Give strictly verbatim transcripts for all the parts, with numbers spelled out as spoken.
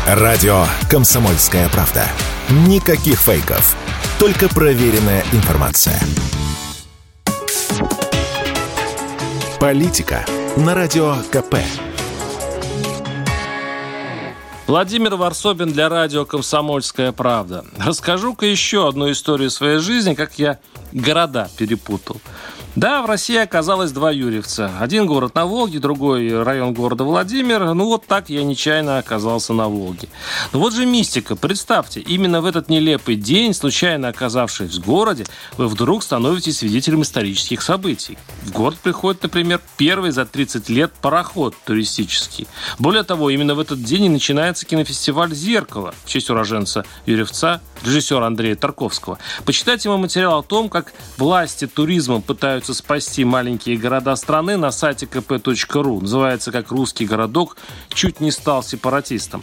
Радио «Комсомольская правда». Никаких фейков. Только проверенная информация. Политика на Радио КП. Владимир Варсобин для радио «Комсомольская правда». Расскажу-ка еще одну историю своей жизни, как я города перепутал. Да, в России оказалось два Юрьевца. Один город на Волге, другой район города Владимир. Ну вот так я нечаянно оказался на Волге. Но вот же мистика. Представьте, именно в этот нелепый день, случайно оказавшись в городе, вы вдруг становитесь свидетелем исторических событий. В город приходит, например, первый за тридцать лет пароход туристический. Более того, именно в этот день и начинается кинофестиваль «Зеркало» в честь уроженца Юрьевца, режиссера Андрея Тарковского. Почитайте ему материал о том, как власти туризмом пытаются спасти маленькие города страны на сайте ка пэ точка ру. Называется как «Русский городок чуть не стал сепаратистом».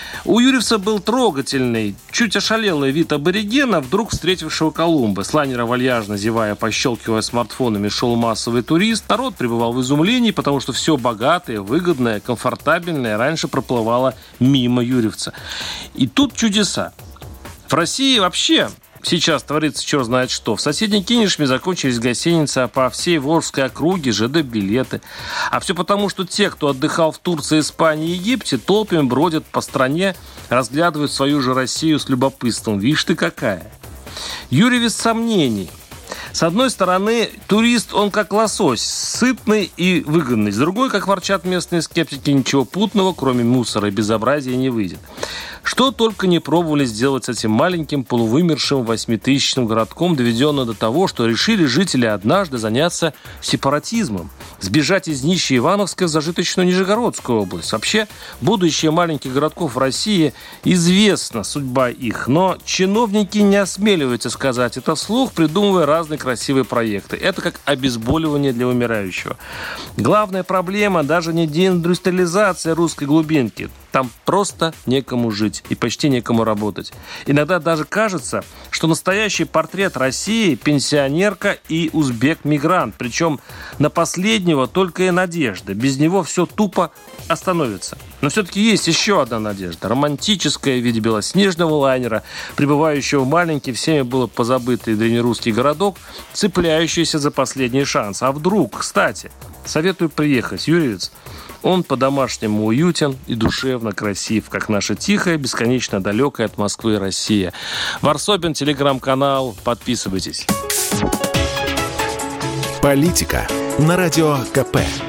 У Юрьевца был трогательный, чуть ошалелый вид аборигена, вдруг встретившего Колумба. С лайнера, вальяжно зевая, пощелкивая смартфонами, шел массовый турист. Народ пребывал в изумлении, потому что все богатое, выгодное, комфортабельное раньше проплывало мимо Юрьевца. И тут чудеса. В России вообще сейчас творится черт знает что. В соседней Кинешме закончились гостиницы, а по всей Волжской округе ЖД-билеты. А все потому, что те, кто отдыхал в Турции, Испании и Египте, толпами бродят по стране, разглядывают свою же Россию с любопытством. Видишь ты какая. Юрьевец сомнений. С одной стороны, турист, он как лосось, сытный и выгодный. С другой, как ворчат местные скептики, ничего путного, кроме мусора и безобразия, не выйдет. Что только не пробовали сделать с этим маленьким полувымершим восьмитысячным городком, доведенным до того, что решили жители однажды заняться сепаратизмом, сбежать из нищей Ивановска в зажиточную Нижегородскую область. Вообще, будущее маленьких городков в России известна судьба их, но чиновники не осмеливаются сказать это вслух, придумывая разные красивые проекты. Это как обезболивание для умирающего. Главная проблема даже не деиндустриализация русской глубинки. Там просто некому жить и почти некому работать. Иногда даже кажется, что настоящий портрет России – пенсионерка и узбек-мигрант. Причем на последнего только и надежда. Без него все тупо остановится. Но все-таки есть еще одна надежда. Романтическая в виде белоснежного лайнера, прибывающего в маленький, всеми было позабытый древнерусский городок, цепляющийся за последний шанс. А вдруг, кстати, советую приехать, Юрьевец. Он по-домашнему уютен и душевно красив, как наша тихая, бесконечно далекая от Москвы Россия. Варсобин, телеграм-канал. Подписывайтесь. Политика на Радио КП.